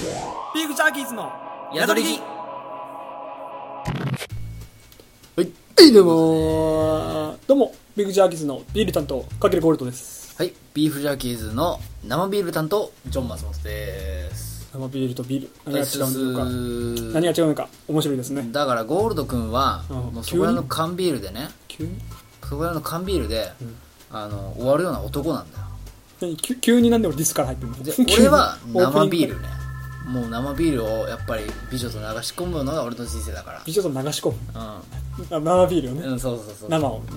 ビーフジャーキーズの宿り木。 どうもビーフジャーキーズのビール担当かけるゴールドです。 はい、ビーフジャーキーズの生ビール担当ジョン松本です。 生ビールとビール何が違うのか面白いですね。 だからゴールド君はもうそこらの缶ビールでね、そこらの缶ビールで、終わるような男なんだよ。 急になんで俺ディスから入ってるの？ で俺は生ビールね。もう生ビールをやっぱり美女と流し込むのが俺の人生だから。 美女と流し込む、生ビールをね、 そう生を、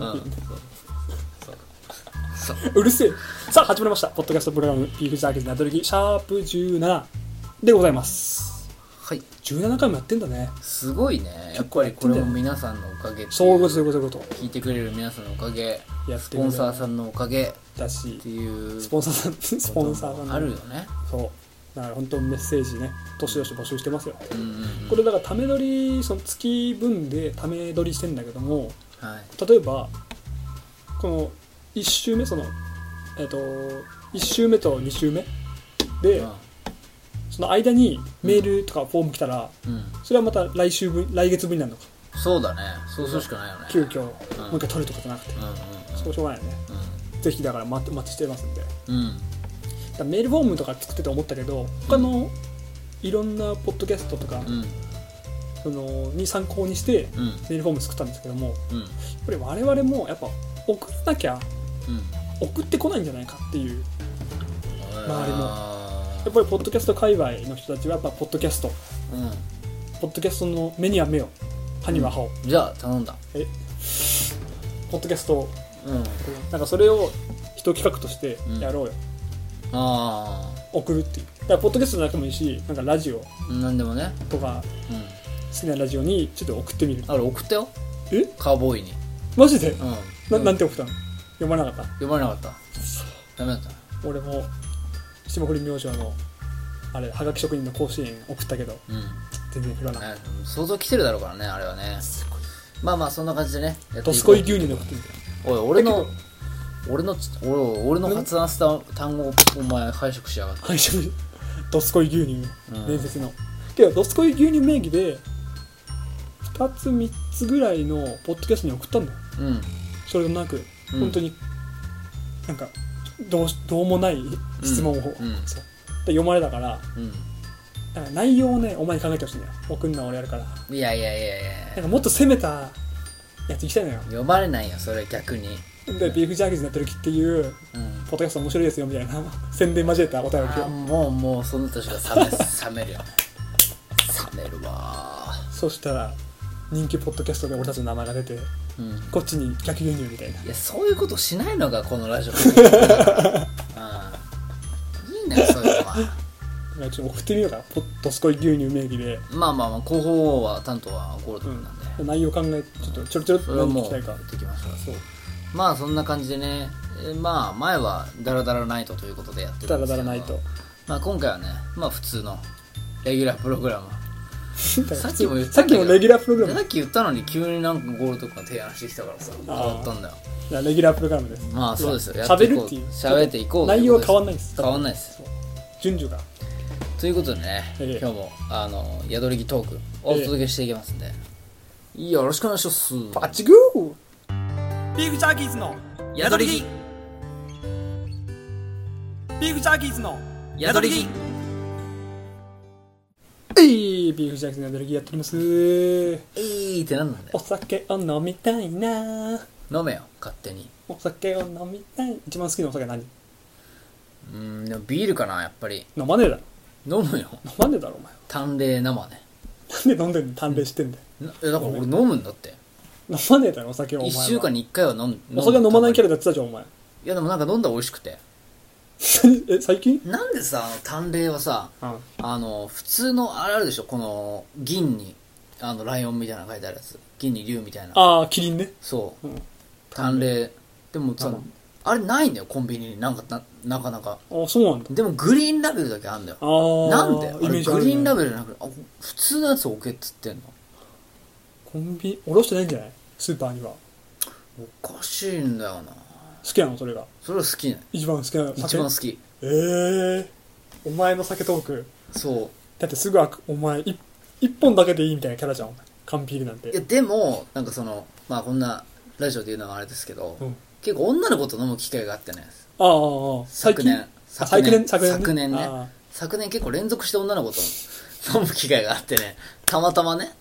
そううるせえ。さあ始まりましたポッドキャストプログラムビーフジャーキーズの宿り木シャープ17でございます。 はい、 17回もやってんだね。 すごいね。やっぱりこれも皆さんのおかげっていう、 そういうこと聞いてくれる皆さんのおかげ、スやってくれるポンサーさんのおかげだしっていうスポンサーさんあるよね。 そうだから本当メッセージねどしどし募集してますよ、 うんこれだからため撮りその月分でため撮りしてんだけども、 はい、 例えばこの1週目1週目と2週目で、その間にメールとかフォーム来たら、それはまた来月分になるのか。そうだね。そうするしかないよね。 急遽、もう一回撮るとかじゃなくて、そうしょうがないよね、ぜひだから待ちしてますんで、だメールフォームとか作ってて思ったけど他のいろんなポッドキャストとか、に参考にしてメールフォーム作ったんですけども、やっぱり我々もやっぱ送らなきゃ、送ってこないんじゃないかっていう周りもやっぱりポッドキャスト界隈の人たちはやっぱポッドキャスト、ポッドキャストの目には目を歯には歯を、 じゃあ頼んだ。 ポッドキャスト、なんかそれを一企画としてやろうよ、送るっていう。だからポッドキャストじゃなくてもいいし、なんかラジオなんでもねとか、好きなラジオにちょっと送ってみる。 あれ送ったよ。カーボーイに。 マジで？なんて送ったの？読まなかった？ 読まれなかった。ダメだった。 俺も霜降り明星のあれはがき職人の甲子園送ったけど、全然振らない。 想像来てるだろうからね、あれはね。まあそんな感じでね。 どすこい牛乳で送ってみて。 おい、俺の発案した単語をお前拝借しやがって。 どすこい牛乳、伝説の。けどどすこい牛乳名義で2つ3つぐらいのポッドキャストに送ったんだよ。それとなく、本当になんかどうもない質問を、そうで読まれたから、だから内容をねお前に考えてほしいんだよ。送るのは俺やるから。 いやなんかもっと攻めたやついきたいのよ。 読まれないよそれ。逆にでビーフジャーキーズのやってる気っていう、ポッドキャスト面白いですよみたいな宣伝交えたお便りを。 もうその年が冷めるよね。冷めるわ。 そしたら人気ポッドキャストで俺たちの名前が出て、こっちに逆輸入みたいな。 いやそういうことしないのがこのラジオ。いいんだよそういうのは。 ちょっと送ってみようか。どすこい牛乳名義で。 まあ広報は担当はゴールド君なんで、 内容考えてちょろっと何聞きたいか言ってきましょう。そうまあそんな感じでね、前はダラダラナイトということでやってるんですけど、 ダラダラナイト、 今回はね普通のレギュラープログラム。さっきもレギュラープログラム。 さっき言ったのに急になんかゴールド君が提案してきたからさ変わったんだよ。 レギュラープログラムです。 そうですよ。 喋るっていう。 喋っていこう。 内容は変わんないです。 変わんないです。 順序が。 ということでね、今日も宿り木トークをお届けしていきますんで、よろしくお願いします。 バッチグー。ビーフジャーキーズの宿り木。 ビーフジャーキーズの宿り木。 ビーフジャーキーズの宿り木やっております。 ってなんなんだよ。 お酒を飲みたいな。 飲めよ勝手に。 お酒を飲みたい。一番好きなお酒は何？ でもビールかなやっぱり。 飲まねえだろ。 飲むよ。 飲まねえだろお前。 淡麗生ね。 なんで飲んでんの？淡麗してんだよ。 だから俺飲むんだって。 飲まねえだろお酒をお前は。 1週間に1回は飲む。 お酒飲まないキャラでやってたじゃんお前。 いやでもなんか飲んだら美味しくて。 最近？ なんでさ淡麗はさ、普通のあれあるでしょ、この銀にライオンみたいなの書いてあるやつ、銀に竜みたいな。 キリンね。 そう、淡麗でもさ、あれないんだよコンビニになかなか。 そうなんだ。 でもグリーンラベルだけあるんだよ。なんであれグリーンラベルなく普通のやつ置けっつってんの。 コンビニおろしてないんじゃない？スーパーには。 おかしいんだよな。 好きなのそれが。 それは好きね。 一番好きな酒。 一番好き。 お前の酒トーク。 そうだってすぐお前一本だけでいいみたいなキャラじゃん、缶ビールなんて。 いやでもなんかそのまあこんなラジオで言うのはあれですけど、 うん、 結構女の子と飲む機会があってね。 昨年ね。昨年結構連続して女の子と飲む機会があってね、たまたまね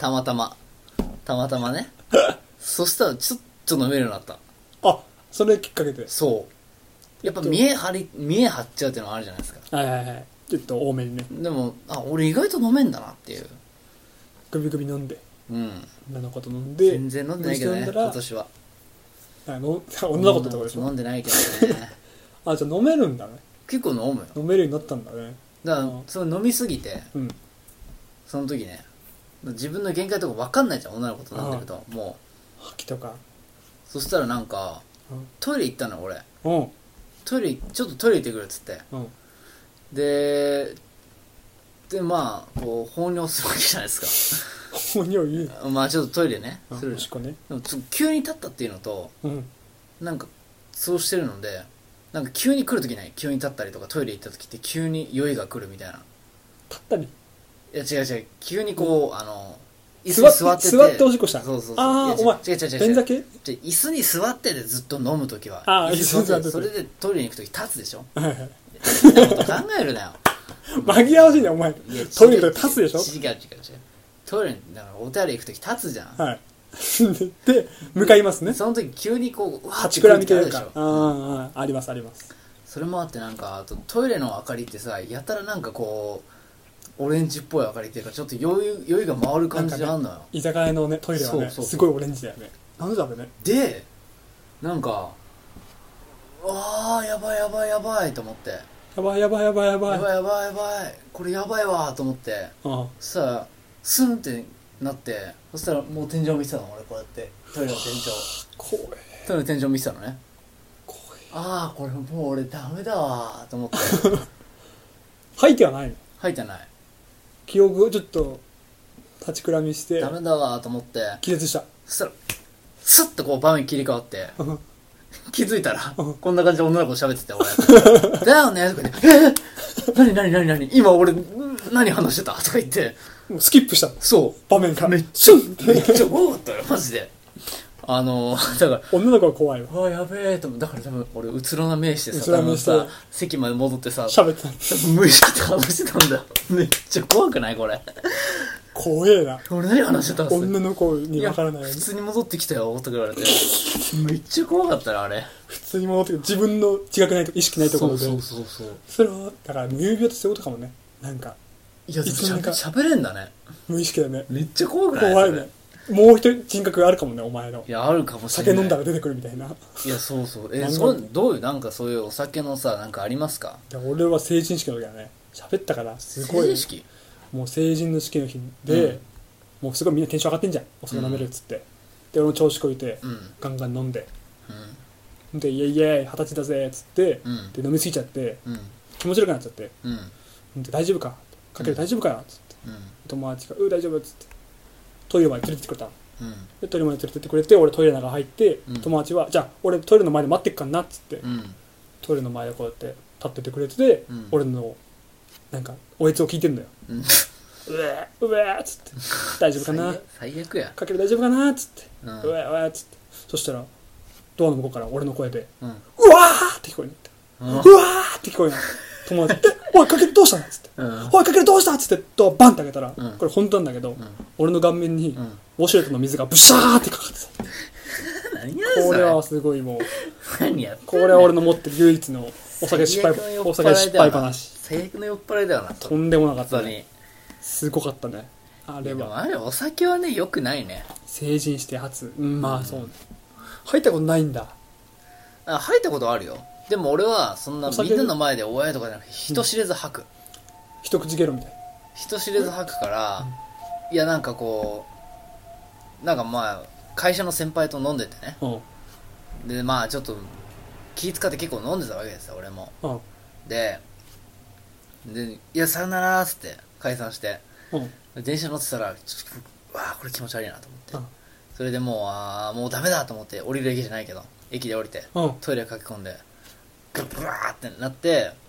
そしたらちょっと飲めるようになった。 あ、それきっかけで。 そうやっぱ見え張っちゃうっていうのがあるじゃないですか。 はいはいはい、ちょっと多めにね。 でも俺意外と飲めんだなっていう。 グビグビ飲んで、 うん、 女の子と飲んで。 全然飲んでないけどね今年は。 女の子ってとこでしょ。 飲んでないけどねあ、じゃあ飲めるんだね。 結構飲むよ。 飲めるようになったんだね。 だからその飲みすぎて、うん、その時ね自分の限界とか分かんないじゃん、女の子と飲んでると。もう吐きとか。 そしたらなんか、トイレ行ったの俺。 ちょっとトイレ行ってくるっつって、でまあこう放尿するわけじゃないですか放尿いい。 まあちょっとトイレねする。ね、 でも急に立ったっていうのと、なんかそうしてるので、なんか急に来るときない。急に立ったりとかトイレ行ったときって急に酔いが来るみたいな。 立ったり、 いや違う急にこう、椅子に座ってて座っておしっこした。 そうああ、お前便座系。 椅子に座っててずっと飲むときは、 椅子に座ってそれでトイレに行くとき立つでしょ。 はいはい。 そんなこと考えるなよ紛らわしいねお前。トイレで立つでしょ。 違うトイレにだからお手洗い行くとき立つじゃん。 はいで向かいますね。 その時急にこう立ちくらみというか、ありますあります。 それもあって、なんかあとトイレの明かりってさ、やたらなんかこうオレンジっぽい明かりっていうか、ちょっと酔いが回る感じであんのよ、 居酒屋のねトイレはね、すごいオレンジだよね。なんでだろうね。 でなんかやばいと思って、やばいこれやばいわと思って、そしたらスンってなって、そしたらもう天井見てたの。俺こうやってトイレの天井トイレの天井見てたのね。これもう俺ダメだわと思って吐いてはないの。 吐いてない。 記憶をちょっと立ちくらみしてダメだわと思って気絶した。 そしたらスッとこう場面切り替わって気づいたらこんな感じで女の子と喋ってて、俺だよねとか言って何今俺何話してたとか言って、 もうスキップした。 そう場面がめっちゃ怖かったよマジで。だから女の子は怖いわ。 やべえと思う。だから多分俺うつろな目してさ、席まで戻ってさ喋ってた。 無理して話してたんだよ。めっちゃ怖くないこれ。 怖えな。 俺何話してたんすか。 女の子に分からないように。 普通に戻ってきたよとか言われてめっちゃ怖かったなあれ。 普通に戻ってきて、自分の違くないと意識ないところで。 そうそれはだから無遊病ってそういうことかもね。なんかいや喋れんだね。 無意識だね。 めっちゃ怖くない。 怖いね。もう一人人格があるかもね、お前の。 いやあるかもしれない。 酒飲んだら出てくるみたいな。 いやそうどういうなんかそういうお酒のさなんかありますか。 俺は成人式の時はね喋ったからすごい。 成人式もう成人の式の日で、もうすごいみんなテンション上がってんじゃん、お酒飲めるっつって、で俺も調子こいて、ガンガン飲んで、でイエイイエイ20歳だぜっつって、で飲みすぎちゃって、気持ち悪くなっちゃって、で大丈夫かかける大丈夫かよっつって、友達が大丈夫っつってトイレまで連れてってくれた、でトイレまで連れてってくれて、俺トイレの中入って、友達はじゃあ俺トイレの前で待ってっかんなっつって、トイレの前でこうやって立っててくれてて、俺のなんかおえつを聞いてんだよ、うえっつって大丈夫かな、 最悪や、 かける大丈夫かなっつって、うえっつって、そしたらドアの向こうから俺の声で、うわーって聞こえるんだって、うわーって聞こえるの、友達おいかけるどうしたのっつって、おいかけるどうしたっつってドアバンって開けたら、これ本当なんだけど、俺の顔面にウォシュレットの水がブシャーってかかってた。 何やそれ。 これはすごいもう、 何やってんの。 これは俺の持ってる唯一のお酒失敗話。 最悪の酔っ払いだよな。 とんでもなかったね。すごかったねあれは。 あれお酒はね良くないね。 成人して初、まあそうね。入ったことないんだ。 入ったことあるよ。でも俺はそんなみんなの前で親とかじゃなくて人知れず吐く、 一口ゲロみたいな。 人知れず吐くから、いやなんかこうなんかまあ会社の先輩と飲んでてね、でまあちょっと気使って結構飲んでたわけですよ俺も、でいやさよならっつって解散して、電車乗ってたらちょっとわあこれ気持ち悪いなと思って、それでもうダメだと思って降りる駅じゃないけど駅で降りて、トイレ駆け込んでブワーってなって、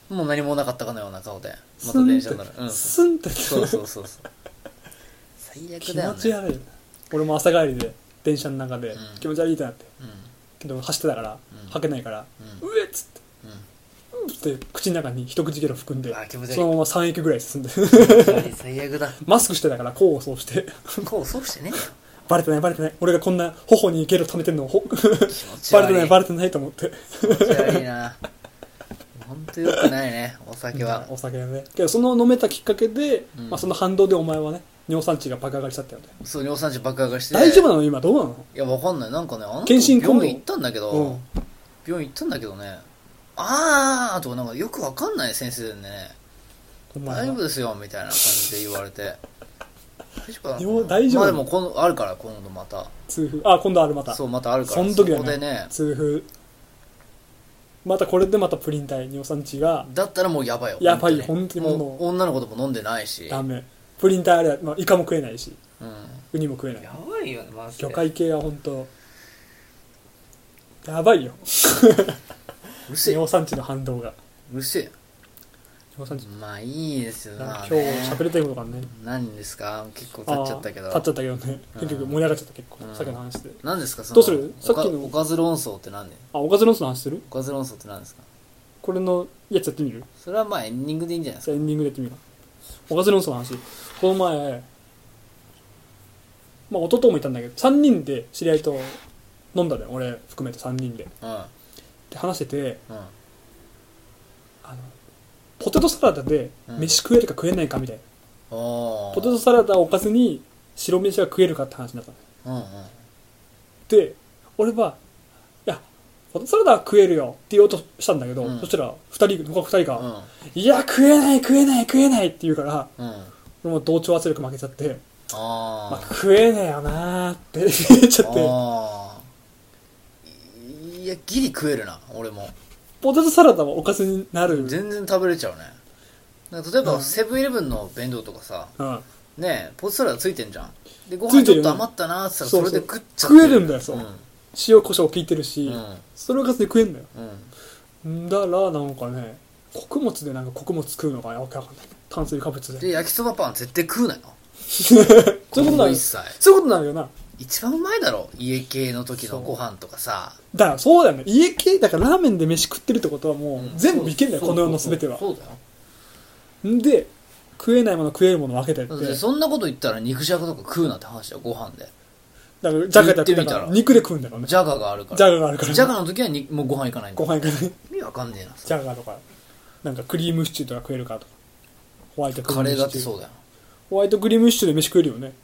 もう何もなかったかのような顔でまた電車になる。 スンって、 そう最悪だよね。 気持ち悪い。俺も朝帰りで電車の中で気持ち悪いってなって、けど走ってたから吐けないから、うえっつって口の中に一口ゲロ含んで、そのまま3駅ぐらい進んで最悪だ。 マスクしてたから功を奏してねバレてない俺がこんな頬にゲロ溜めてんのバレてないと思って。 気持ち悪いな。本当良くないね、お酒は。 お酒はね。けどその飲めたきっかけで、その反動でお前はね、尿酸値が爆上がりしちゃったよね。 そう、尿酸値爆上がりして。 大丈夫なの今？どうなの？ いや、わかんない。なんかね、 検診今度病院行ったんだけど、ね、あーとかなんかよくわかんない先生でね、大丈夫ですよみたいな感じで言われて。 大丈夫。 まあでもあるから今度また痛風。あ、今度あるまた。 そう、またあるから。 その時だね。 そこでね、 痛風。またこれでまたプリン体、尿酸値が。 だったらもうやばいよ。 やばい、本当にもう女の子とも飲んでないし。 ダメ。プリン体あれは、まあ、イカも食えないし、ウニも食えない。 やばいよね、マジで。 魚介系は本当やばいよ。 うるせえ。 尿酸値の反動が。 うるせえ。 尿酸値。 まあいいですよ。 今日喋りたいことがね。 何ですか？結構経っちゃったけど。 ね。結局盛り上がっちゃった結構。さっきの話で。 何ですか？ どうする？さっきのおかず論争って何で？ おかず論争の話する？ おかず論争って何ですか？ これのやつやってみる？ それはまあエンディングでいいんじゃないですか。 エンディングでやってみる。おかず論争の話。この前、まあ弟もいたんだけど、3人で知り合いと飲んだのよ。俺含めて3人で。で話してて、ポテトサラダで飯食えるか食えないかみたいな。ポテトサラダをおかずに白飯が食えるかって話になったの。で、俺は、いや、ポテトサラダは食えるよって言おうとしたんだけど、そしたら他2人が、いや、食えないって言うから、俺も同調圧力負けちゃって、まあ、食えねえよなーって言っちゃって。 いや、ギリ食えるな、俺も。 ポテトサラダはおかずになる。 全然食べれちゃうね。なんか例えばセブンイレブンの弁当とかさ、ねえ、ポテトサラダついてんじゃん。で、ご飯ちょっと余ったなーって言ったらそれで食っちゃって食えるんだよ、そう。塩コショウ効いてるし、それをおかずで食えんだよ。だからなんかね、穀物でなんか穀物食うのがわけわかんない。炭水化物で。 で、焼きそばパン絶対食うなよ。 そういうことなる。そういうことなるよな。 一番うまいだろ、家系の時のご飯とかさ。 だからそうだよね。家系だからラーメンで飯食ってるってことはもう全部いけんだよ、この世の全ては。 そうだよ。 んで、食えないもの食えるもの分けてって。 そんなこと言ったら肉じゃがとか食うなって話だよ、ご飯で。 だからジャガだってから肉で食うんだからね。 ジャガがあるから。 ジャガの時はもうご飯いかないんだ。 ご飯いかない。 意味わかんねえな。 ジャガとかなんかクリームシチューとか食えるかとか。ホワイトクリームシチュー。カレーだってそうだよ。 ホワイトクリームシチューで飯食えるよね。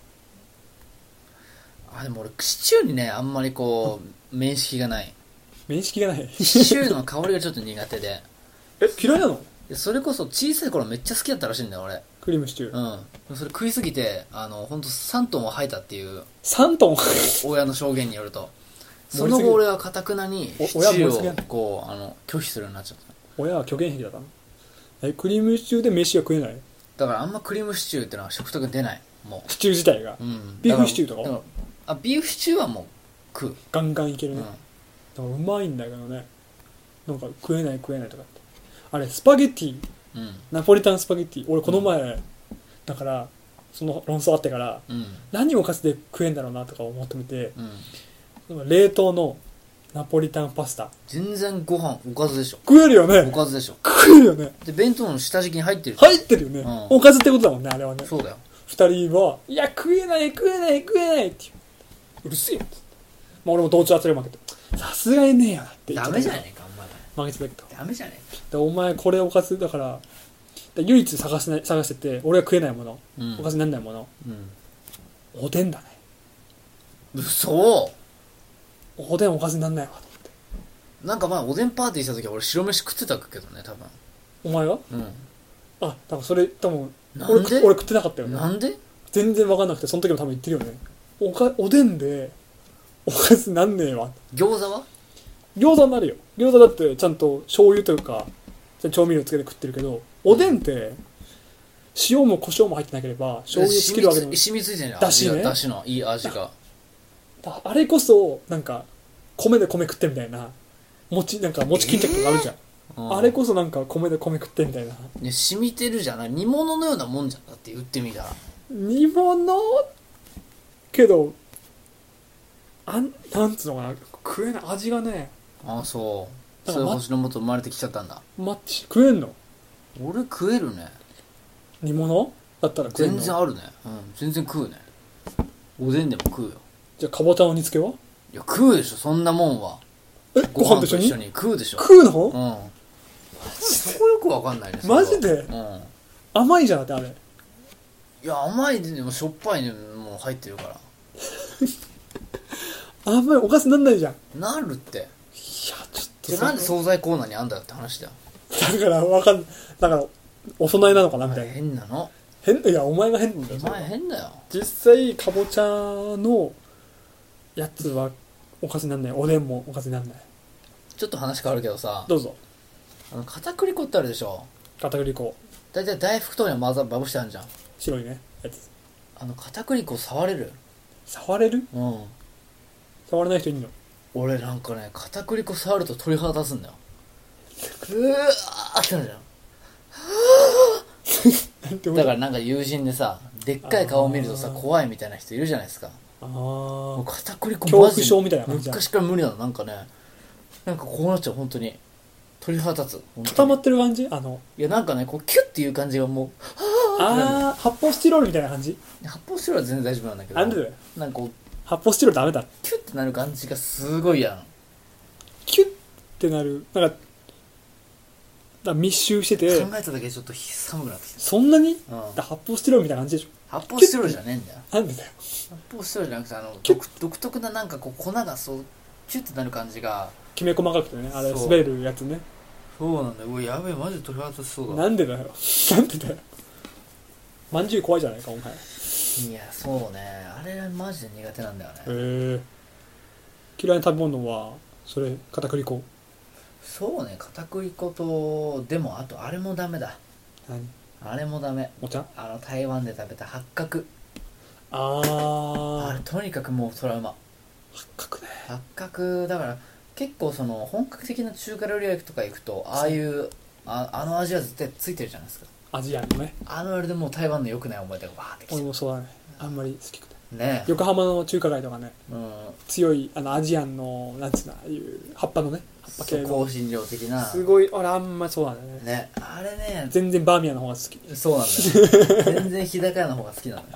でも俺シチューにねあんまりこう面識がない。 面識がない。 シチューの香りがちょっと苦手で。 嫌いなの？ それこそ小さい頃めっちゃ好きだったらしいんだよ俺。 クリームシチュー。 それ食いすぎてほんと3トンは吐いたっていう。 3トン親の証言によると。その後俺はかたくなにシチューをこう拒否するようになっちゃった。 親は虚言癖だったの？クリームシチューで飯が食えない？ だからあんまクリームシチューってのは食卓出ない。もうシチュー自体が。ビーフシチューとか？ ビーフシチューはもう食う。 ガンガンいけるね。だからうまいんだけどね。なんか食えないとかって。あれスパゲッティ、ナポリタンスパゲッティ。俺この前、だからその論争あってから、何をおかずで食えんだろうなとか思ってみて、冷凍のナポリタンパスタ。 全然ご飯おかずでしょ。 食えるよね。 おかずでしょ。 食えるよね。 で弁当の下敷きに入ってる。 入ってるよね。おかずってことだもんね、あれはね。 そうだよ。 二人は、いや食えないって言う。うるせえよって。まあ俺も同調圧力負けて、さすがにねえやなって言ってた。 ダメじゃねえか、 お前。負けてたけど。 ダメじゃねえか。お前これおかずだから、唯一探してて、俺が食えないもの、おかずにならないもの、おでんだね。 嘘？ おでんおかずにならないわと思って。 なんかおでんパーティーした時は俺白飯食ってたけどね、多分。 お前が？多分それ、多分、俺食ってなかったよね。 なんで？ 全然分かんなくて、その時も多分言ってるよね。おでんでおかずなんねえわ。 餃子は？ 餃子になるよ。餃子だってちゃんと醤油というか調味料つけて食ってるけど、おでんって塩も胡椒も入ってなければ醤油つけるわけでも染みついてんじゃん。 だしね。 だしのいい味が。 あれこそなんか米で米食ってみたいな餅巾着とかあるじゃん。 あれこそなんか米で米食ってみたいな。 ね、染みてるじゃない、煮物のようなもんじゃんだって言ってみたら。 煮物けどなんつうのかな、食えない味がね。 ああ、そうそれ星のもと生まれてきちゃったんだ。 食えんの？ 俺食えるね。 煮物だったら食えんの？ 全然あるね。全然食うね。おでんでも食うよ。 じゃあかぼちゃの煮付けは？ いや食うでしょ、そんなもんは。 ご飯と一緒に食うでしょ。 食うの？ そこよくわかんないね。 マジで？甘いじゃんってあれ。 いや甘いでもしょっぱいのも入ってるから。 甘いおかずなんないじゃん。 なるって。いやちょっとじゃあなんで惣菜コーナーにあんだよって話だよ。 だからわかんだからお供えなのかなみたいな。 変なの。 いやお前が変なんだよ。 お前変だよ。実際かぼちゃのやつはおかずになんない。おでんもおかずになんない。 ちょっと話変わるけどさ、 どうぞ。 片栗粉ってあるでしょ。 片栗粉だいたい大福とかにまぶしてあるじゃん。 白いねやつ。 片栗粉触れる？ 触れる？触れない人いるの？俺なんかね、片栗粉触ると鳥肌立つんだよ。うわーってなるじゃん。だからなんか友人でさ、でっかい顔を見るとさ怖いみたいな人いるじゃないですか。もう片栗粉恐怖症みたいな感じ。 昔から無理なの。なんかね、なんかこうなっちゃう。本当に鳥肌立つ。 固まってる感じ？いやなんかね、こうキュッっていう感じがもう発泡スチロールみたいな感じ？ 発泡スチロールは全然大丈夫なんだけど、 なんでだよ。 なんかこう発泡スチロールダメだ。 キュッてなる感じがすごいやん。 キュッってなる。なんか密集してて考えただけでちょっと寒くなってきた。 そんなに？発泡スチロールみたいな感じでしょ。 発泡スチロールじゃねえんだよ。 なんでだよ。 発泡スチロールじゃなくて独特ななんかこう粉がそうキュッてなる感じがきめ細かくてね、あれ滑るやつね。 そうなんだよ。うわやべえ、マジで鳥肌立ちそうだ。 なんでだよ。なんでだよ。まんじゅう怖いじゃないかお前。 いやそうね、あれマジで苦手なんだよね。 嫌いな食べ物はそれ片栗粉？ そうね、片栗粉と、でもあとあれもダメだ。 何？ あれもダメ。 お茶？ 台湾で食べた八角。 あれとにかくもうトラウマ。 八角ね。 八角だから結構その本格的な中華料理屋とか行くとああいう味は絶対ついてるじゃないですか。 アジアのね。 あれでもう台湾の良くない思い出がバーってきて。 俺もそうだね。あんまり好きくて。 ね。 横浜の中華街とかね。強いアジアンのなんつうの、ああいう葉っぱのね。葉っぱ系の。香辛料的な。すごい俺あんまりそうなんだよね。ね。あれね。全然バーミヤンの方が好き。そうなんだよ。全然日高屋の方が好きなのよ。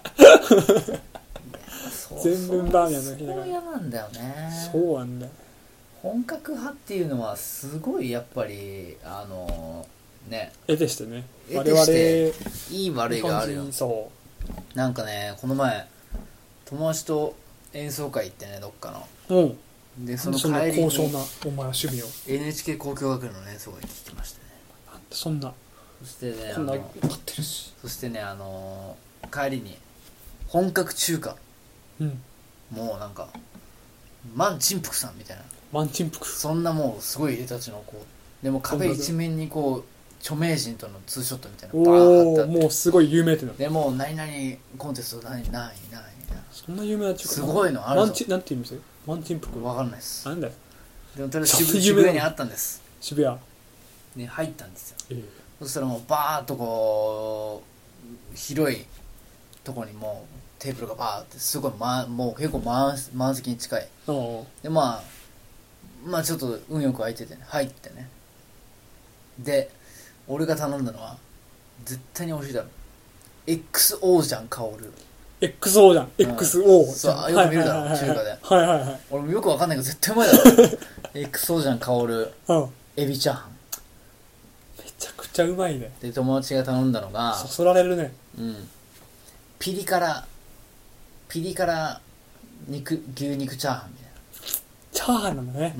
全部バーミヤンの日高屋。そう嫌なんだよね。そうなんだよ。本格派っていうのはすごいやっぱりね、得てしてね、我々いい悪いがあるよ。そうなんかね、この前友達と演奏会行ってね、どっかの。でその帰りに高尚なお前は趣味を NHK 交響楽団の演奏会聞きましてね。そんなそしてね、こんな歌ってるし、そしてね帰りに本格中華、もうなんか万珍福さんみたいな、万珍福、そんなもうすごい入れたちのこう、でも壁一面にこう著名人とのツーショットみたいなのバーってあって、もうすごい有名店だ。でもう何々コンテスト何そんな有名な中華すごいのあるぞ。なんていう店？万珍福分かんないです。なんだよ。でもとりあえず渋谷にあったんです。渋谷ね、入ったんですよ。そしたらもうバーッとこう広いところにもうテーブルがバーってすごい、もう結構満席に近い。でまあちょっと運よく空いててね、入ってね、で俺が頼んだのは絶対に美味しいだろ、 XO じゃん香る XO じゃん、XO そうよく見るだろ、中華で。はいはいはい。俺もよくわかんないけど絶対うまいだろXO じゃん香るエビチャーハン、めちゃくちゃうまいね。で友達が頼んだのが、そそられるね。ピリ辛牛肉チャーハンみたいな。チャーハンなんだね。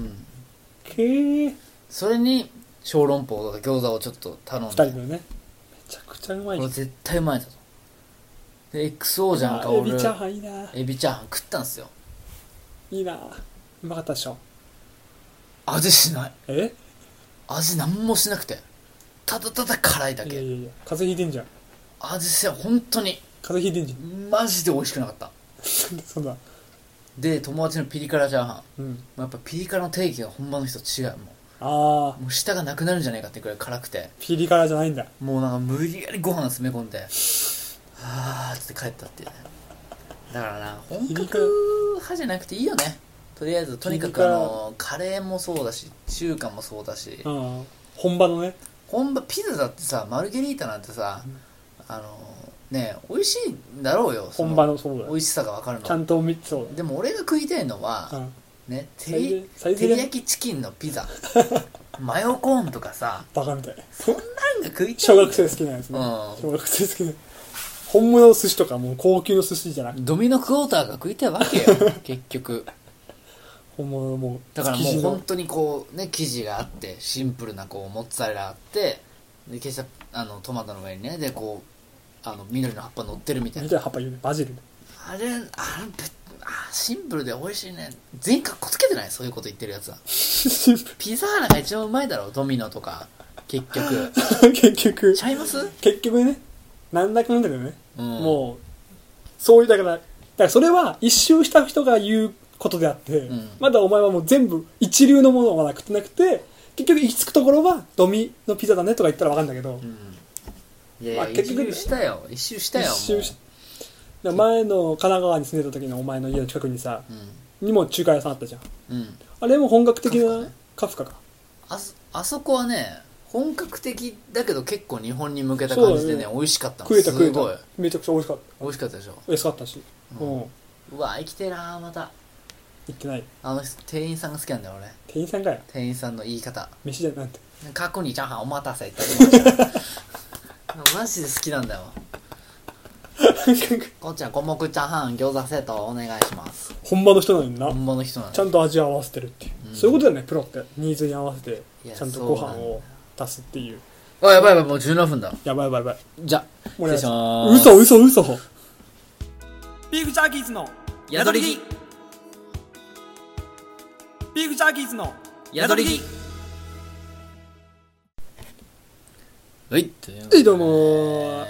それに小籠包とか餃子をちょっと頼んで、2人でね、めちゃくちゃうまい。これ絶対うまいだぞ。で XO じゃん香るエビチャーハンいいな。エビチャーハン食ったんすよ。いいな、うまかったでしょ。味しない。味なんもしなくて、ただただ辛いだけ。いやいや風邪ひいてんじゃん。味せ本当に風邪ひいてんじゃん。マジで美味しくなかったそんなで友達のピリ辛チャーハン、やっぱピリ辛の定義が本場の人と違う。もうもう舌がなくなるんじゃないかってくらい辛くて、 ピリ辛じゃないんだ。 もうなんか無理やりご飯詰め込んではーって帰ったっていうね。だからな、本格派じゃなくていいよね。とりあえずとにかくカレーもそうだし中華もそうだし、 本場のね、 ピザだってさ、マルゲリータなんてさ、ね美味しいんだろうよ、 本場の。そうだ、 美味しさが分かるのちゃんとそうでも俺が食いたいのは、ね、照り焼きチキンのピザマヨコーンとかさ、 バカみたい、 そんなんが食いたい。 小学生好きなやつね、小学生好きな本物の寿司とかもう高級の寿司じゃなくてドミノクォーターが食いたいわけよ結局本物のもうだからもう本当にこうね、生地があってシンプルなこうモッツァレラあって、でケチャトマトの上にね、でこう緑の葉っぱ乗ってるみたいな。 緑の葉っぱ言うね、バジルね。 シンプルで美味しいね。全員かっこつけてない、そういうこと言ってるやつはピザーラが一番うまいだろ、ドミノとか。結局結局ちゃいます。 結局ね、なんだかんだけどね、もうそういうだからそれは一周した人が言うことであって、まだお前はもう全部一流のものをまだ食ってなくて、結局行き着くところはドミのピザだねとか言ったら分かるんだけど、 いや、結局一周したよ。 前の神奈川に住んでた時のお前の家の近くにさ、にも中華屋さんあったじゃん、あれも本格的なカフカか。 あそこはね、本格的だけど結構日本に向けた感じでね、美味しかったの。 食えためちゃくちゃ美味しかった。 美味しかったでしょ。 安かったし、 うわ生きてな。また行ってない。 店員さんが好きなんだよ俺。 店員さんかよ。 店員さんの言い方、 飯じゃなんて過去にチャーハンお待たせってマジで好きなんだよこっちは五目チャーハン餃子セットお願いします。 本場の人なのにな。 本場の人なのにちゃんと味合わせてるっていう、そういうことだよね。プロってニーズに合わせてちゃんとご飯を出すっていう。 やばいもう17分だ。 やばいじゃあ失礼しまーす。嘘ビーフジャーキーズの宿り木。 ビーフジャーキーズの宿り木。はいどうも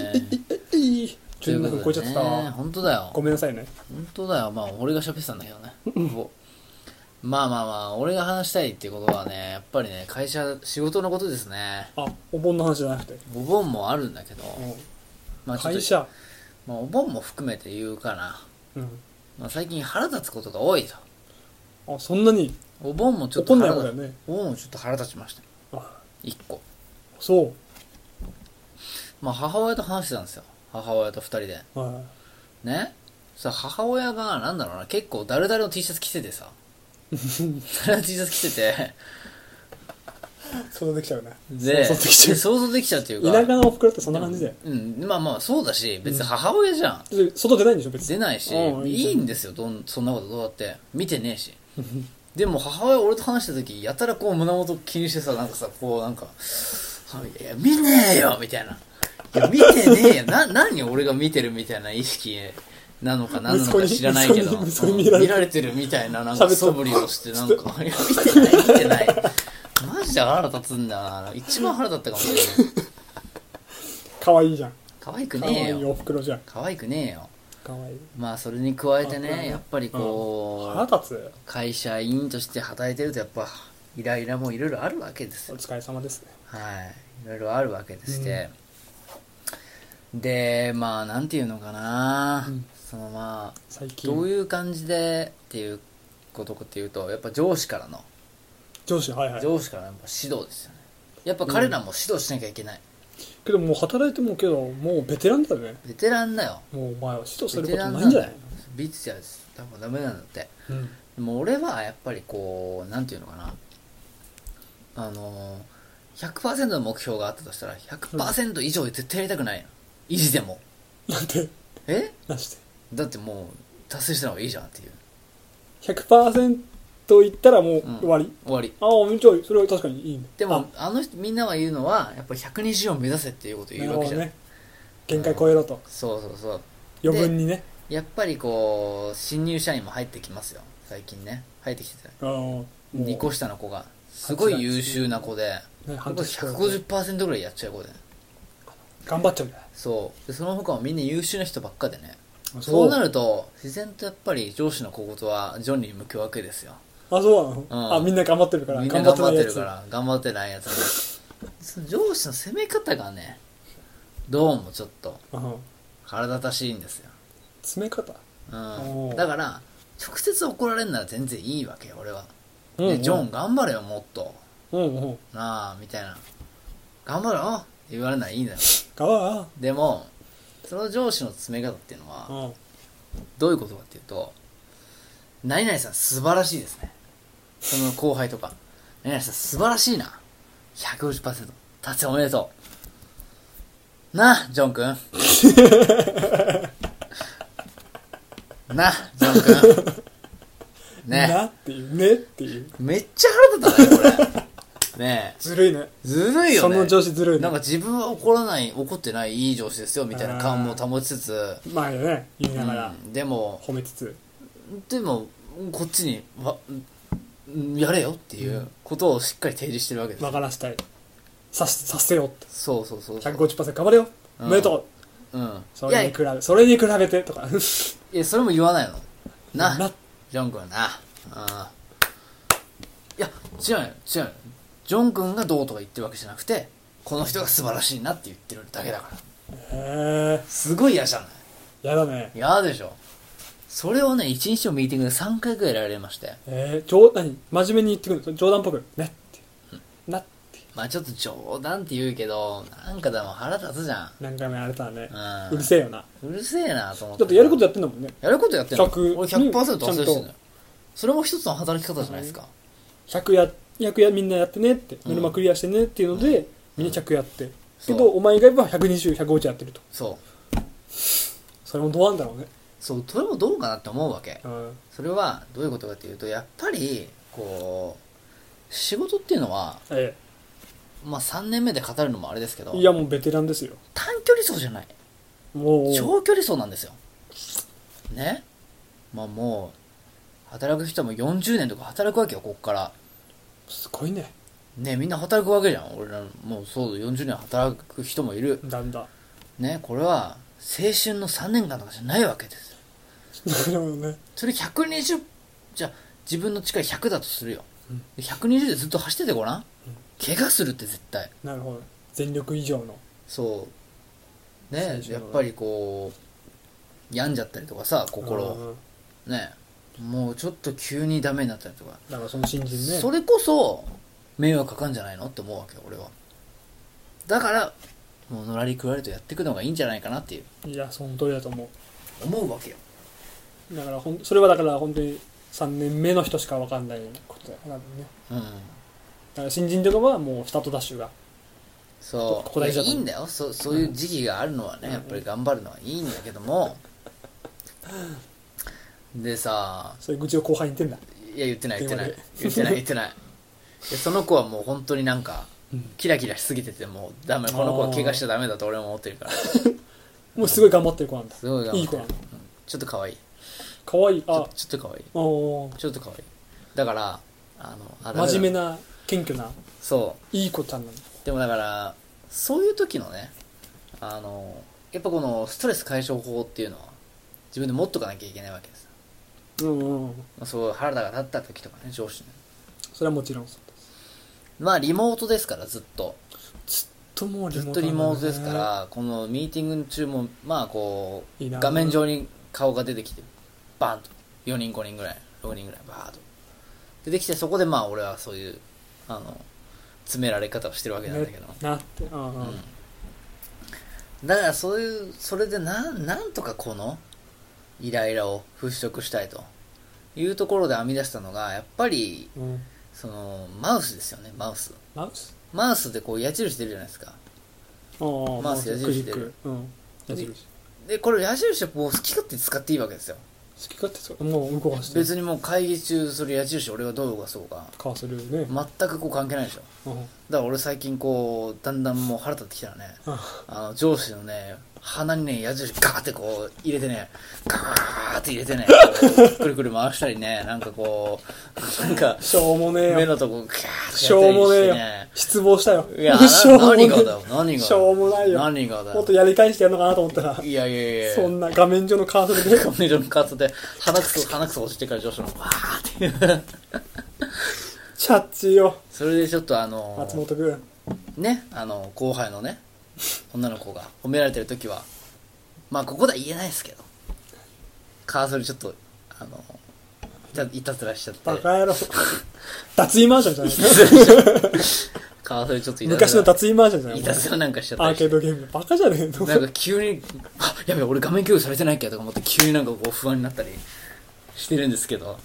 17分超えちゃってたわ。 本当だよ、 ごめんなさいね。 本当だよ。まあ俺が喋ってたんだけどねまあ俺が話したいっていうことはね、やっぱりね、仕事のことですね。 お盆の話じゃなくて。 お盆もあるんだけど、 会社、 お盆も含めて言うかな、最近腹立つことが多いと。 そんなにお盆もちょっと怒んない方だよね。 お盆もちょっと腹立ちました1個。 そう、 母親と話してたんですよ。母親と2人でね。母親がなんだろうな、結構誰々の T シャツ着ててさ誰の T シャツ着てて想像できちゃうね。 想像できちゃうっていうか、 田舎のおふくろってそんな感じだよ。 そうだし、別に母親じゃん、 外出ないんでしょ別に。 出ないし、いいんですよ、そんなことどうだって見てねえしでも母親俺と話した時、やたらこう胸元気にしてさ、なんかさ、こうなんかいや見ねえよみたいな、いや見てねえよ何俺が見てるみたいな意識なのか何なのか知らないけど、見られてるみたいな、なんか素振りをして、なんかいや見てないマジで腹立つんだよな。一番腹立ったかもしれない可愛いじゃん。 可愛くねえよ。 可愛いおふくろじゃん。 可愛くねえよ。 可愛い。 それに加えてね、やっぱりこう、 腹立つ。 会社員として働いてるとやっぱイライラもいろいろあるわけですよ。 お疲れ様ですね。 いろいろあるわけでして、でなんていうのかな、 最近どういう感じでっていうことっていうと、やっぱ上司からの上司のやっぱ指導ですよね。やっぱ彼らも指導しなきゃいけない、 けどもう働いてもけどもうベテランだよね。 ベテランだよ。 もうお前は指導することないんじゃないの。 ビッチやです多分ダメなんだって、でも俺はやっぱりこうなんていうのかな、100% の目標があったとしたら 100% 以上絶対やりたくないの、維持でも。 なんでなしてだってもう達成した方がいいじゃんっていう。 100% いったらもう終わり、 終わり。 めっちゃいい。それは確かにいいね。 でもみんなは言うのはやっぱり120を目指せっていうことを言うわけじゃん、 限界超えろと。 そう余分にね。 やっぱりこう新入社員も入ってきますよ最近ね。入ってきてた2個下の子がすごい優秀な子で、150% ぐらいやっちゃう子で頑張っちゃうんだよ。 でその他はみんな優秀な人ばっかでね。そうなると自然とやっぱり上司の小言はジョンに向くわけですよ。 あ、そうなの、あ、みんな頑張ってるからみんな頑張ってるから頑張ってないやつその上司の攻め方がねどうもちょっと腹立たしいんですよ。 詰め方、 だから直接怒られるなら全然いいわけよ俺は、でジョン頑張れよもっと、なあみたいな、頑張れよって言われるならいいんだよ。でもその上司の詰め方っていうのはどういうことかっていうと、何々さん素晴らしいですね、その後輩とか何々さん素晴らしいな 150% 達成おめでとうなジョン君なジョン君ねなっていうねっていうめっちゃ腹立ったねこれねえずるいね、 ずるいよね、 その上司ずるいね。 なんか自分は怒ってないいい上司ですよみたいな感も保ちつつ、 まあね言いながら、 でも褒めつつ、 でもこっちにやれよっていうことをしっかり提示してるわけです。 分からしたい、させよって、 そう 150% 頑張れよ、おめでとう、それに比べてとかいやそれも言わないのなジョン君ないや違うよジョン君がどうとか言ってるわけじゃなくて、この人が素晴らしいなって言ってるだけだから。 へえ、 すごい嫌じゃない？ 嫌だね。 嫌でしょ。それをね1日のミーティングで3回くらいやられまして、 真面目に言ってくるの？冗談っぽくねって、なってまあちょっと冗談って言うけどなんかでも腹立つじゃん。 何回もやられたらね、うるせえよな、 うるせえなと思って。 だってやることやってんだもんね。 やることやってんの、俺 100% 達成してんのよ。それも一つの働き方じゃないですか。 100みんなやってねって、ノルマクリアしてねっていうので、みんな100やってけどお前以外は120、150やってると。 そうそれもどうなんだろうね。 そう、それもどうかなって思うわけ、それはどういうことかっていうと、やっぱりこう仕事っていうのは、まあ3年目で語るのもあれですけど、 いやもうベテランですよ。 短距離走じゃない、もう長距離走なんですよね。まあもう働く人はもう40年とか働くわけよ、こっからすごいね。 ね、みんな働くわけじゃん。俺らもうそう40年働く人もいるね。これは青春の3年間とかじゃないわけですよ。なるほどね。それ120、じゃあ自分の力100だとするよ、120でずっと走っててごらん、怪我するって絶対。 なるほど、全力以上の。 そうね、やっぱりこう病んじゃったりとかさ、心ね、もうちょっと急にダメになったりとか、 だからその新人ね、 それこそ迷惑かかんじゃないのって思うわけよ俺は。だからもうのらりくらりとやっていくのがいいんじゃないかなっていう。 いやその通りだと思うわけよ。 だからそれはだから本当に3年目の人しか分かんないことだからね。だから新人とかはもうスタートダッシュがそういいんだよ、そういう時期があるのはね、やっぱり頑張るのはいいんだけども、でさ、 そういう愚痴を後輩に言ってんだ。 いや言ってないその子はもう本当になんかキラキラしすぎてて、もうダメ、この子は怪我しちゃダメだと俺も思ってるからもうすごい頑張ってる子なんだ。 すごい頑張ってる、 いい子なんだ、 ちょっと可愛い、 可愛い、 ちょっと可愛い、ちょっと可愛い。だから真面目な謙虚な、 そういい子ちゃんなんだ。 でもだからそういう時のね、やっぱこのストレス解消法っていうのは自分で持っとかなきゃいけないわけです。そう腹が立った時とかね、上司に、 それはもちろんそうです。 まあリモートですから、ずっともうずっとリモートですから、このミーティング中もまあこう画面上に顔が出てきてバーンと4人5人ぐらい6人ぐらいバーッと出てきて、そこでまあ俺はそういう詰められ方をしてるわけなんだけど、だからそれでなんとかこのイライラを払拭したいというところで編み出したのが、やっぱり、そのマウスですよね。マウスでこう矢印出るじゃないですか。マウス矢印出る、でこれ矢印をこう好き勝手使っていいわけですよ。 好き勝手もう動かして別にもう会議中それ矢印俺がどう動かそうかする、ね、 全くこう関係ないでしょ、だから俺最近こうだんだんもう腹立ってきたらね、上司のね鼻にね矢印ガーってこう入れてね、ガーって入れてねくるくる回したりね、なんかこうなんかしょうもねえよ、 目のとこガーってやったりしてね、 しょうもねえよ、失望したよ。 いや何がだよ、 しょうもないよ、 何がだよ、 もっとやり返してやるのかなと思ったら、 いやそんな画面上のカーソルで画面上のカーソルで鼻くそ落ちてから上司のわーってチャッチーよ。 それでちょっと松本君ね、後輩のね女の子が褒められてる時は、まあここでは言えないですけど、カーソルちょっといたずらしちゃって、 バカ野郎脱衣マージャンじゃないカーソルちょっといたずら、 昔の脱衣マージャンじゃないいたずらなんかしちゃったアーりして、 ケードゲームバカじゃねえの。 なんか急にやべえ俺画面共有されてないっけとか思って急になんかこう不安になったりしてるんですけど、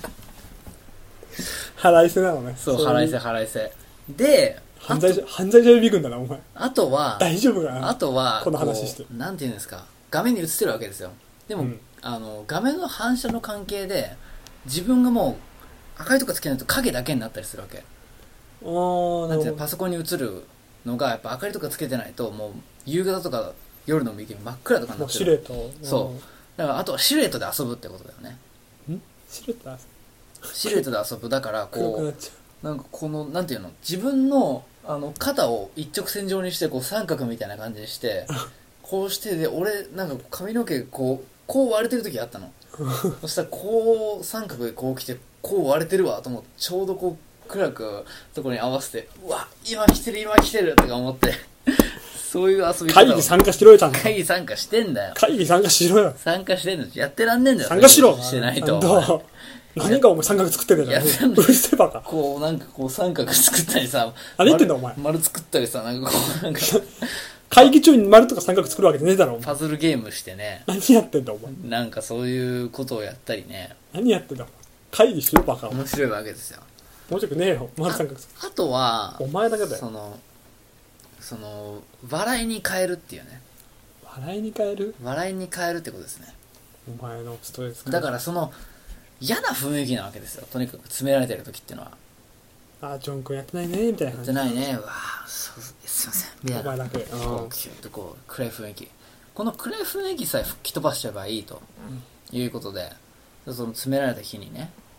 腹いせなのね。 そう腹いせ腹いせで、 犯罪者予備軍だなお前。 あとは大丈夫かな。 あとはこの話してなんていうんですか、画面に映ってるわけですよ。でも、画面の反射の関係で自分がもう明かりとかつけないと影だけになったりするわけ。なんてパソコンに映るのがやっぱ明かりとかつけてないともう夕方とか夜の右真っ暗とかになってる。 シルエット。 そうだからあとはシルエットで遊ぶってことだよね。 シルエットシルエットで遊ぶだからこうなんかこのなんていうの、自分の肩を一直線上にしてこう三角みたいな感じにしてこうしてで俺なんか髪の毛こう割れてる時あったのそしたらこう三角でこう来てこう割れてるわと思って、ちょうどこう暗くところに合わせて、うわ今来てるとか思ってそういう遊び方を。 会議参加しろよちゃんと。 会議参加してんだよ。 会議参加しろよ。 参加してんのやってらんねえんだよ。 参加しろ。 してないと。 何かお前三角作ってんだよ。うるせえバカ。 こうなんかこう三角作ったりさ、 何言ってんだお前。 丸作ったりさ、なんかこうなんか会議中に丸とか三角作るわけじゃねえだろお前。 パズルゲームしてね。 何やってんだお前。 なんかそういうことをやったりね。 何やってんだお前。会議しろバカ。 面白いわけですよ。 面白くねえよ。丸三角作る。 あとはお前だけだよ。 その笑いに変えるっていうね。 笑いに変える。 笑いに変えるってことですね。 お前のストレスだからその嫌な雰囲気なわけですよ。とにかく詰められてる時っていうのは。 ジョン君やってないねみたいな。 やってないね。うわすいませんみたいな。 お前だけ。 キュッとこう暗い雰囲気。この暗い雰囲気さえ吹き飛ばしちゃえばいいということで、その詰められた日に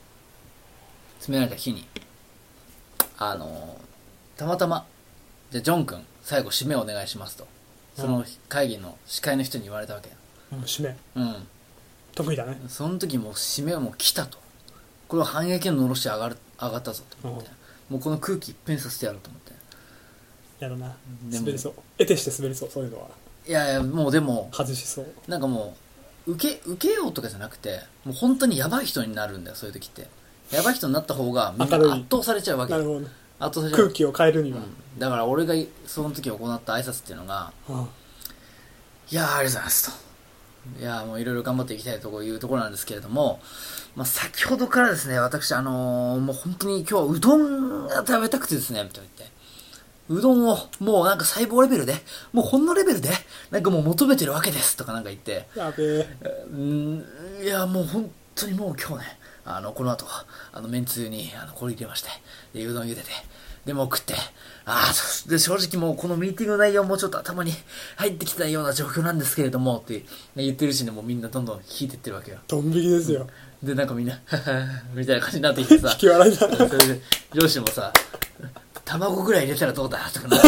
たまたまじゃあジョン君最後締めお願いしますと、その会議の司会の人に言われたわけよ。 締め。得意だね。 その時もう締めはもう来たと、これは反撃ののろし上がったぞと思って、もうこの空気一変させてやろうと思って。 やだな。滑りそう。得てして滑りそう、そういうのは。 いやもうでも外しそう。 なんかもう受けようとかじゃなくて、もう本当にヤバい人になるんだよ。そういう時ってヤバい人になった方がみんな圧倒されちゃうわけ。 なるほどね。 圧倒されちゃう。 空気を変えるには、 だから俺がその時行った挨拶っていうのが、いやありがとうございますと、いやもういろいろ頑張っていきたいというところなんですけれども、先ほどからですね、私もう本当に今日はうどんが食べたくてですねみたいな言って、うどんをもうなんか細胞レベルでもうほんのレベルでなんかもう求めてるわけですとかなんか言って、 やべえ、いやもう本当にもう今日ねこの後めんつゆに氷入れまして、でうどん茹でて、でもう食って、で正直もうこのミーティング内容もちょっと頭に入ってきたような状況なんですけれどもって言ってるうちにもうみんなどんどん引いてってるわけよ。 ドン引きですよ。 でなんかみんなみたいな感じになってきてさ、 引き笑いだ。 それで上司もさ、卵ぐらい入れたらどうだとかな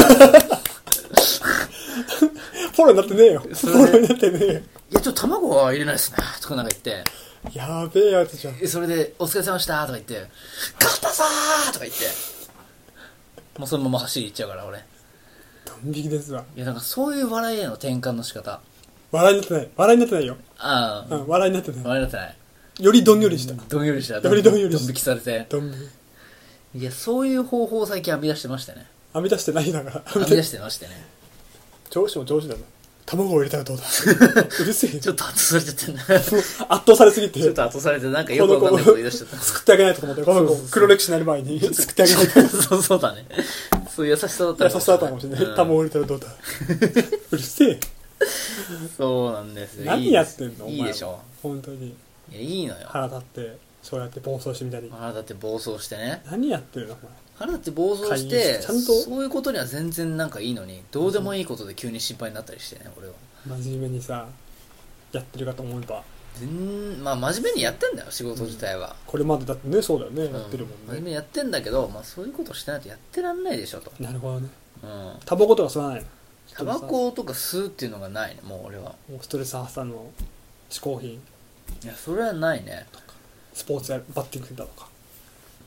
フォローになってねえよ。フォローになってねえよ。 いやちょっと卵は入れないですねとかなんか言って、 やべえやつじゃん。 それでお疲れ様でしたとか言って、勝ったぞーとか言って、もうそのまま走り行っちゃうから俺。 ドン引きですわ。 いやなんかそういう笑いへの転換の仕方。 笑いになってない。笑いになってないよ。笑いになってない。 笑いになってない。 よりどんよりした。 どんよりした。 よりどんよりした。 ドン引きされて。 ドン引き。いやそういう方法を最近編み出してましたね。 編み出してないだから。 編み出してましてね。 上司も上司だな。卵を入れたらどうだうるせえ。 ちょっと圧倒されちゃってんな。 圧倒されすぎて。 ちょっと圧倒されてなんかよくわかんないこと言い出しちゃった。 救ってあげないと思って、この子黒歴史になる前に救ってあげないと。 そうだね。そういう優しさだった優しさだったかもしれない。卵を入れたらどうだうるせえ。 そうなんですよ。 何やってんのお前。 いいでしょ。 本当に。 いやいいのよ。 腹立ってそうやって暴走してみたり。 腹立って暴走してね。 何やってるのお前。 腹立って暴走してちゃんとそういうことには全然なんかいいのに、どうでもいいことで急に心配になったりしてね俺は。 真面目にさやってるかと思えば真面目にやってんだよ仕事自体は。 これまでだってね、そうだよね、やってるもんね。 真面目にやってんだけど、そういうことしてないとやってらんないでしょと。 なるほどね。タバコとか吸わないの？ タバコとか吸うっていうのがないねもう俺は。 もうストレス発散の嗜好品。 いやそれはないね。 スポーツやバッティングセンターとか。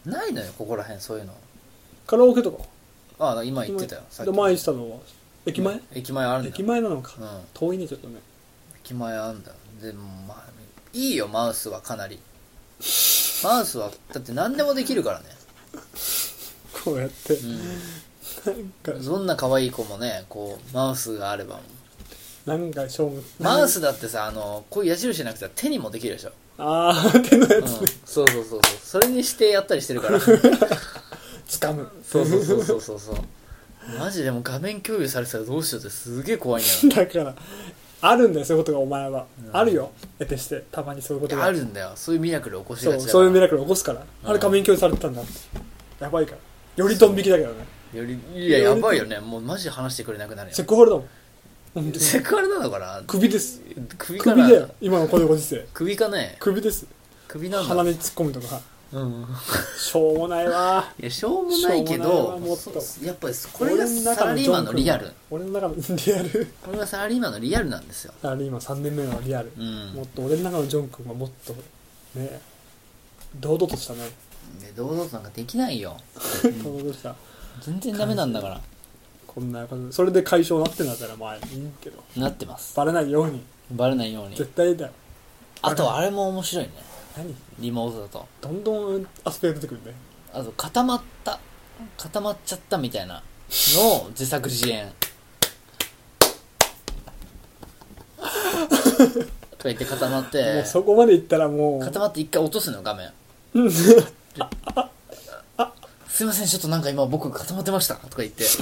ないのよここら辺そういうの。 カラオケとかああ今言ってたよさっき。 前言ってたのは駅前、 駅前あるんだよ。 駅前なのか、 うん、 遠いねちょっとね。 駅前あるんだよ。でもまあいいよマウスはかなり。マウスはだって何でもできるからね。 こうやって、 なんかどんな可愛い子もねこうマウスがあれば。 なんか勝負。 マウスだってさこういう矢印じゃなくて手にもできるでしょ。 ああ手のやつね、 そうそれにしてやったりしてるから掴む。 そうマジでも画面共有されてたらどうしようってすげえ怖いんだよ。 だからあるんだよそういうことがお前は、あるよ得てしてたまにそういうことがあるんだよ。そういうミラクル起こしがちだから。 そういうミラクル起こすから、あれ画面共有されてたんだって。やばいからよりドン引きだけどね。 いややばいよね。もうマジで話してくれなくなるよ。 セクハラだもん。 セクハラなのかな。 首です。 首かな。 首だよ今のこのご時世。 首かね。 首です。 首なんだ。 鼻に突っ込むとか、しょうもないわ。 いやしょうもないけどやっぱりこれがサラリーマンのリアル。 俺の中のリアルこれがサラリーマンのリアルなんですよ。 サラリーマン3年目のリアル、もっと俺の中のジョン君はもっとね堂々としたね。 堂々となんかできないよ。 堂々とした全然ダメなんだから。 こんなことそれで解消なってんだったらまあいいけど、 なってます。 バレないように絶対だよ。 あとあれも面白いね。 何リモートだとどんどんアスペクト出てくるね。 あと固まっちゃったみたいなのを自作自演とか言って固まってもうそこまでいったらもう固まって一回落とすの画面すいませんちょっとなんか今僕固まってましたとか言って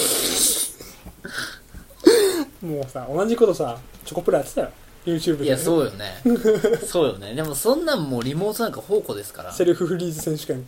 もうさ同じことさチョコプラやってたよ YouTube で。 いやそうよねそうよね。でもそんなんもうリモートなんか宝庫ですから。 セルフフリーズ選手権って、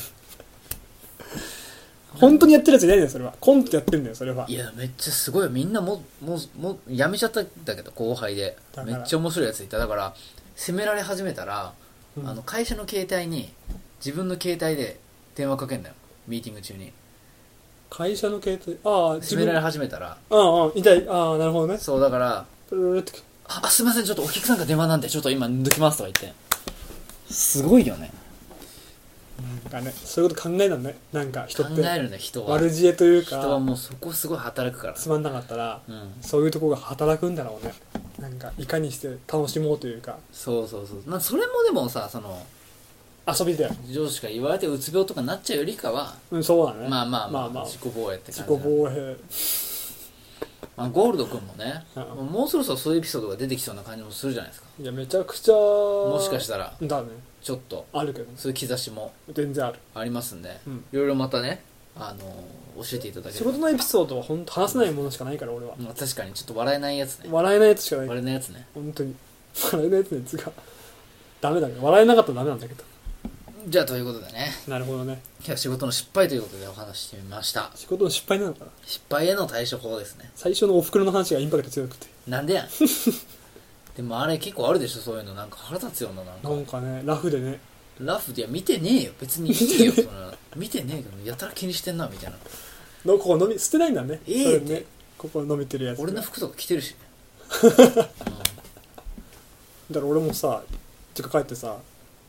本当にやってるやついないんだよそれは。コントやってるんだよそれは。 いやめっちゃすごいよ。みんなもうやめちゃったんだけど後輩でめっちゃ面白いやついた。だから責められ始めたら、会社の携帯に自分の携帯で電話かけんだよミーティング中に。 会社の携帯責められ始めたら痛い。なるほどね。 そうだからすいませんちょっとお客さんが電話なんでちょっと今抜きますとか言ってすごいよね。 なんかねそういうこと考えたんね。なんか人って考えるね。人は悪知恵というか人はもうそこすごい働くからつまんなかったら、そういうとこが働くんだろうね。なんかいかにして楽しもうというか。 そうそれもでもさ遊びだよ。 上司から言われてうつ病とかなっちゃうよりかはそうだね。 まあ自己防衛って感じ。 自己防衛。 ゴールド君もね、もうそろそろそういうエピソードが出てきそうな感じもするじゃないですか。 いやめちゃくちゃもしかしたらだね。 ちょっとあるけどそういう兆しも全然ありますんで、いろいろまたね教えていただければ。 仕事のエピソードは本当話せないものしかないから俺は。 確かにちょっと笑えないやつね。 笑えないやつしかない。 笑えないやつね。 本当に笑えないやつのやつがダメだね。笑えなかったらダメなんだけど。 じゃあということでね。 なるほどね。 今日は仕事の失敗ということでお話ししてみました。 仕事の失敗なのかな。 失敗への対処法ですね。 最初のお袋の話がインパクト強くて。 なんでやんでもあれ結構あるでしょそういうの。なんか腹立つようななんかねラフでね。 ラフで見てねえよ別にいいよその見てねえけどやたら気にしてんなみたいな。 ここ飲み捨てないんだね。 ねここ飲みてるやつ。 俺の服とか着てるし、 だから俺もさ実家帰ってさ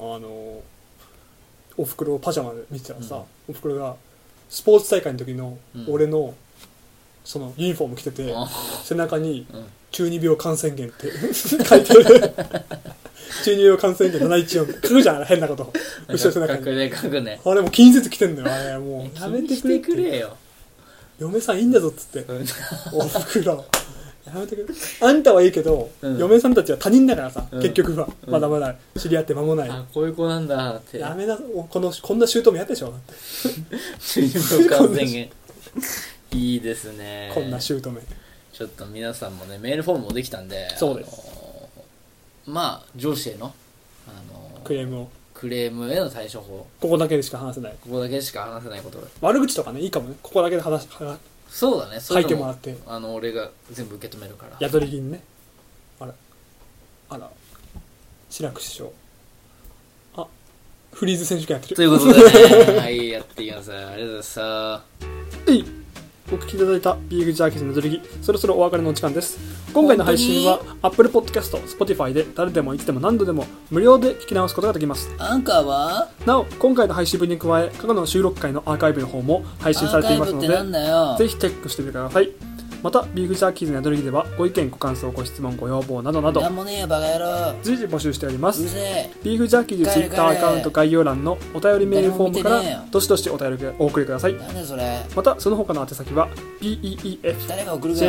おふくろをパジャマで見てたらさ、おふくろがスポーツ大会の時の俺のそのユニフォーム着てて、背中に中二病感染源って書いてる中二病感染源714って書くじゃん変なこと後ろ背中に書くね。 あれもう気にせず着てんだよ。あれもうやめてくれくれよ。 嫁さんいいんだぞっつっておふくろやめてくれ。あんたはいいけど、嫁さんたちは他人だからさ、結局は、まだまだ知り合って間もない。 こういう子なんだって。 やめな、こんな姑やでしょだって。 中二病感染源いいですね。 こんな姑。 ちょっと皆さんもねメールフォームもできたんで、 そうです。 まあ上司へのクレームへの対処法。 ここだけでしか話せない。 ここだけしか話せないこと。 悪口とかねいいかもね。ここだけでそうだね。 書いてもらって俺が全部受け止めるから。 宿り銀ね。あら志らく師匠フリーズ選手権やってるということでねはいやっていきます。ありがとうございました。 お聞きいただいたビーフジャーキーズのドリギ、そろそろお別れのお時間です。今回の配信は Apple Podcast、Spotify で誰でもいつでも何度でも無料で聞き直すことができます。 アンカーはなお、今回の配信分に加え過去の収録回のアーカイブの方も配信されていますので、ぜひチェックしてみてください。またビーフジャーキーズの宿りではご意見ご感想ご質問ご要望などなどなんもねえよバカ野郎随時募集しております。 うるせえ。 ビーフジャーキーズ Twitter アカウント概要欄のお便りメールフォームからどしどしお便りをお送りください。 なんだそれ。 またその他の宛先は誰が送るか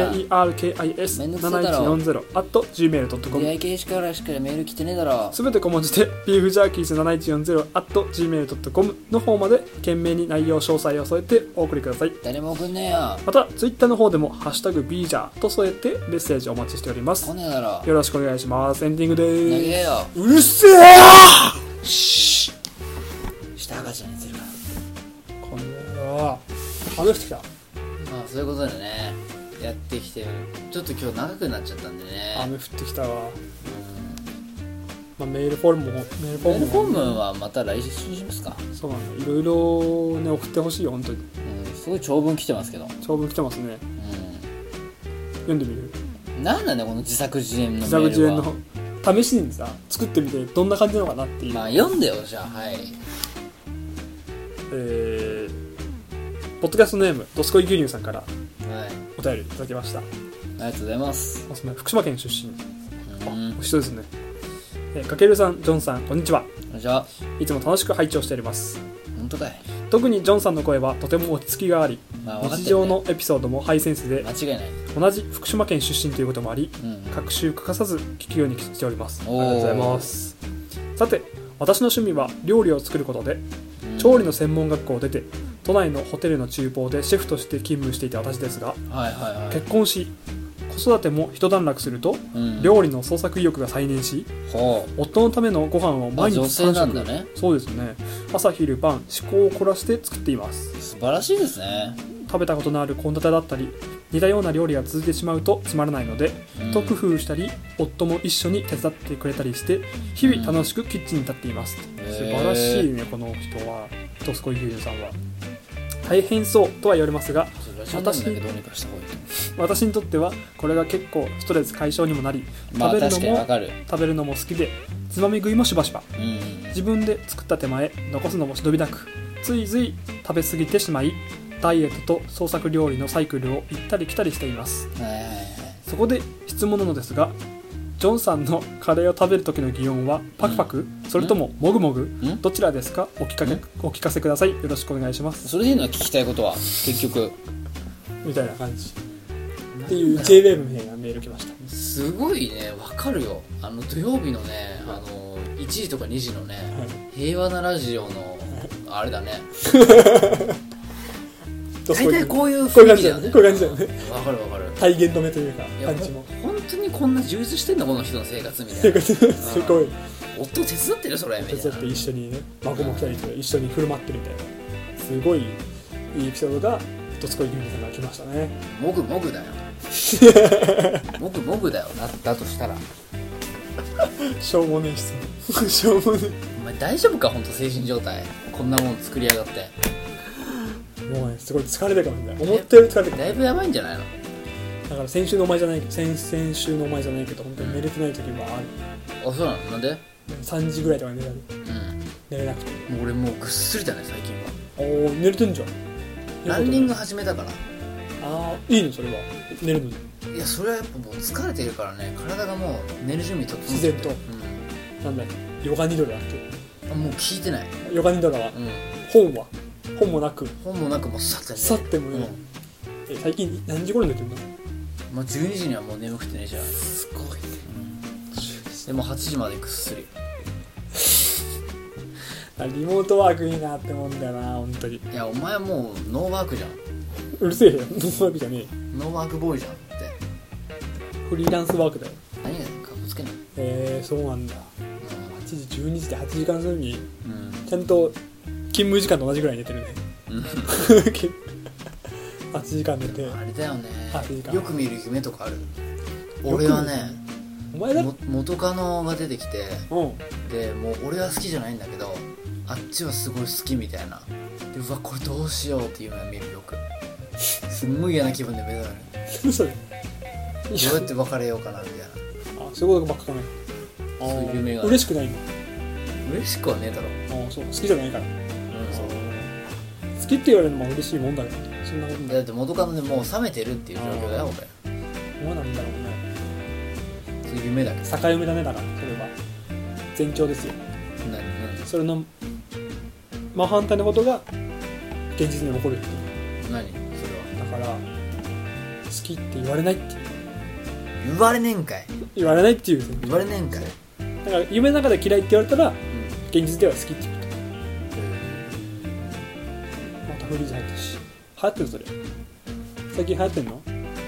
beefjerkis7140@gmail.com 出会い系しからしかメール来てねえだろ。 すべて小文字で beefjerkis7140@gmail.com の方まで懸命に内容詳細を添えてお送りください。 誰も送んねえよ。 また Twitter の方でもハッシュタグビージャーと添えてメッセージお待ちしております。 来ねえだろ。 よろしくお願いします。エンディングで投ーす。 げよ。 うるせえよシー下赤ちゃんにするから。 この野郎雨降ってきた。 まあそういうことでねやってきてちょっと今日長くなっちゃったんでね。 雨降ってきたわ。まあ、メールフォームはまた来週しますか。 そうなんだ。いろいろね送ってほしいよ本当に。 すごい長文来てますけど。 長文来てますね。読んでみる。 なんだねこの自作自演のメールは。 自作自演の試しにさ作ってみてどんな感じなのかなっていう。 まあ読んでよじゃあ。はい。 ポッドキャストネームどすこい牛乳さんからはいお便りいただきました。 ありがとうございます。 おすすめ福島県出身。お人ですね。かけるさんジョンさんこんにちは。 こんにちは。 いつも楽しく拝聴しております。 本当かい。 特にジョンさんの声はとても落ち着きがあり、 まあ分かってるね、 日常のエピソードもハイセンスで間違いない。 同じ福島県出身ということもあり、各週欠かさず聞くようにしております。ありがとうございます。さて私の趣味は料理を作ることで、調理の専門学校を出て都内のホテルの厨房でシェフとして勤務していた私ですが、結婚し子育ても一段落すると、料理の創作意欲が再燃し、夫のためのご飯を毎日3食、 ね、 そうですね、朝昼晩思考を凝らして作っています。 素晴らしいですね。 食べたことのある献立だったり似たような料理が続いてしまうとつまらないので、一工夫したり夫も一緒に手伝ってくれたりして日々楽しくキッチンに立っています。素晴らしいねこの人は。どすこい牛乳さんは大変そうとは言われますが、私にとってはこれが結構ストレス解消にもなり、食べるのも好きでつまみ食いもしばしば、自分で作った手前残すのもしどびなく、ついつい食べ過ぎてしまいダイエットと創作料理のサイクルを行ったり来たりしています。そこで質問なのですが、ジョンさんのカレーを食べる時の擬音はパクパク、それとももぐもぐ、どちらですか。お聞かせください。よろしくお願いします。 それでいいのは聞きたいことは結局みたいな感じっていう JWAVE みたいなメール来ました。 すごいね、わかるよ。土曜日のね、1時とか2時のね、平和なラジオのあれだね大体こういう雰囲気だよね。 こういう感じだよね。 わかるわかる。 体言止めというか感じも。 本当にこんな充実してんのこの人の生活みたいな。 すごい。 夫手伝ってるそれみたいな。 手伝って一緒にね、孫も来たりと一緒に振る舞ってるみたいな。すごいいいエピソードがどすこい牛乳さんが来ましたね。 もぐもぐだよ。もぐもぐだよ。だとしたら。 しょうもねえ質問。しょうもねえ。 お前大丈夫か本当精神状態。こんなもん作りやがって。 もうねすごい疲れてるかもしれない。思ったより疲れてる。 だいぶやばいんじゃないの。 だから先週のお前じゃないけど本当に寝れてない時もある。 あ、そうなの。なんで 3時ぐらいとか寝れなくて。 もう俺もうぐっすりだね最近は。 おお、寝れてんじゃん。 ランニング始めたから。 ああ、いいのそれは。寝るのに。 いやそれはやっぱもう疲れてるからね、体がもう寝る準備整って自然と、なんだっけ、ヨガニドラだっけ。もう聞いてない。 ヨガニドラは、本もなくもう去ってもね、最近何時頃寝てんの。 まあ、12時にはもう眠くて寝ちゃう。 すごいね、 でも8時までぐっすり。 リモートワークいいなって思うんだよな本当に。 いやお前もうノーワークじゃん。 うるせえよ、ノーワークじゃねえ。 ノーワークボーイじゃんって。 フリーランスワークだよ。 何がかっこつけない。 そうなんだ。8時12時で8時間睡眠、ちゃんと勤務時間と同じぐらい寝てるね。8時間寝て。 あれだよね、よく見る夢とかある。俺はね、 お前だ元カノが出てきて、でもう俺は好きじゃないんだけどあっちはすごい好きみたいな。でうわこれどうしようっていうのを見るよく。 すんごい嫌な気分で目覚める。 それどうやって別れようかなみたいな。 そういうことばっかかね。 そういう夢が嬉しくないの？ 嬉しくはねえだろ。 そう、好きじゃないから。 そう好きって言われるのも嬉しいもんだけど、そんなことない。 だって元カノでもう冷めてるっていう状況だよ俺。 どうなんだろうね。 そういう夢だけど。 境目だね、だからそれは前兆ですよ。 何それの真反対のことが現実に起こるっていう。 何それは。 だから好きって言われないっていう。 言われねえんかい。 言われないっていう。 言われねえんかい。 だから夢の中で嫌いって言われたら、現実では好きっていうこと。またフリーズ入ってるし、流行ってるそれ。最近流行ってんの？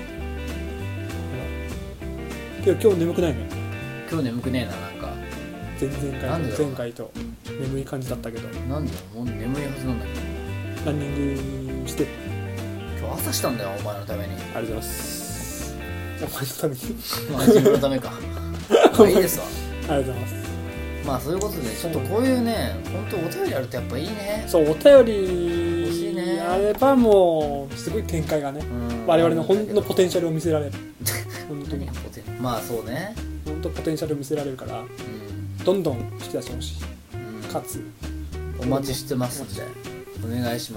今日眠くないの？ 今日眠くねえな。なんか前回と眠い感じだったけど。 なんでもう眠いはずなんだけど。 ランニングして今日朝したんだよお前のために。 ありがとうございます。お前のためにまあ自分のためか。まあいいですわ。 ありがとうございます。 まあそういうことでちょっとこういうね、本当お便りあるとやっぱいいね。 そう、お便り欲しいね。 あればもうすごい展開がね、我々の本当のポテンシャルを見せられる。本当にまあそうね、 本当ポテンシャルを見せられるから、どんどん引き出してほしい。かつお待ちしてますんでお願いします。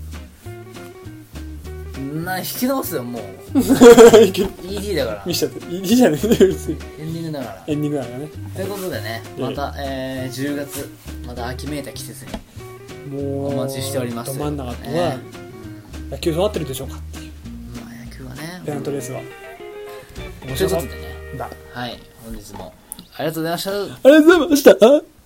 引き直すよもう。ED だから見しちゃって ED じゃねえ別にエンディングだから。 エンディングだからね。 ということでね、また、10月また秋めいた季節にもうお待ちしております。 ど真ん中とは野球どうなってるでしょうかっていう。 まあ野球はね、 ペナントレースはということでね、はい、本日もありがとうございました。 ありがとうございました。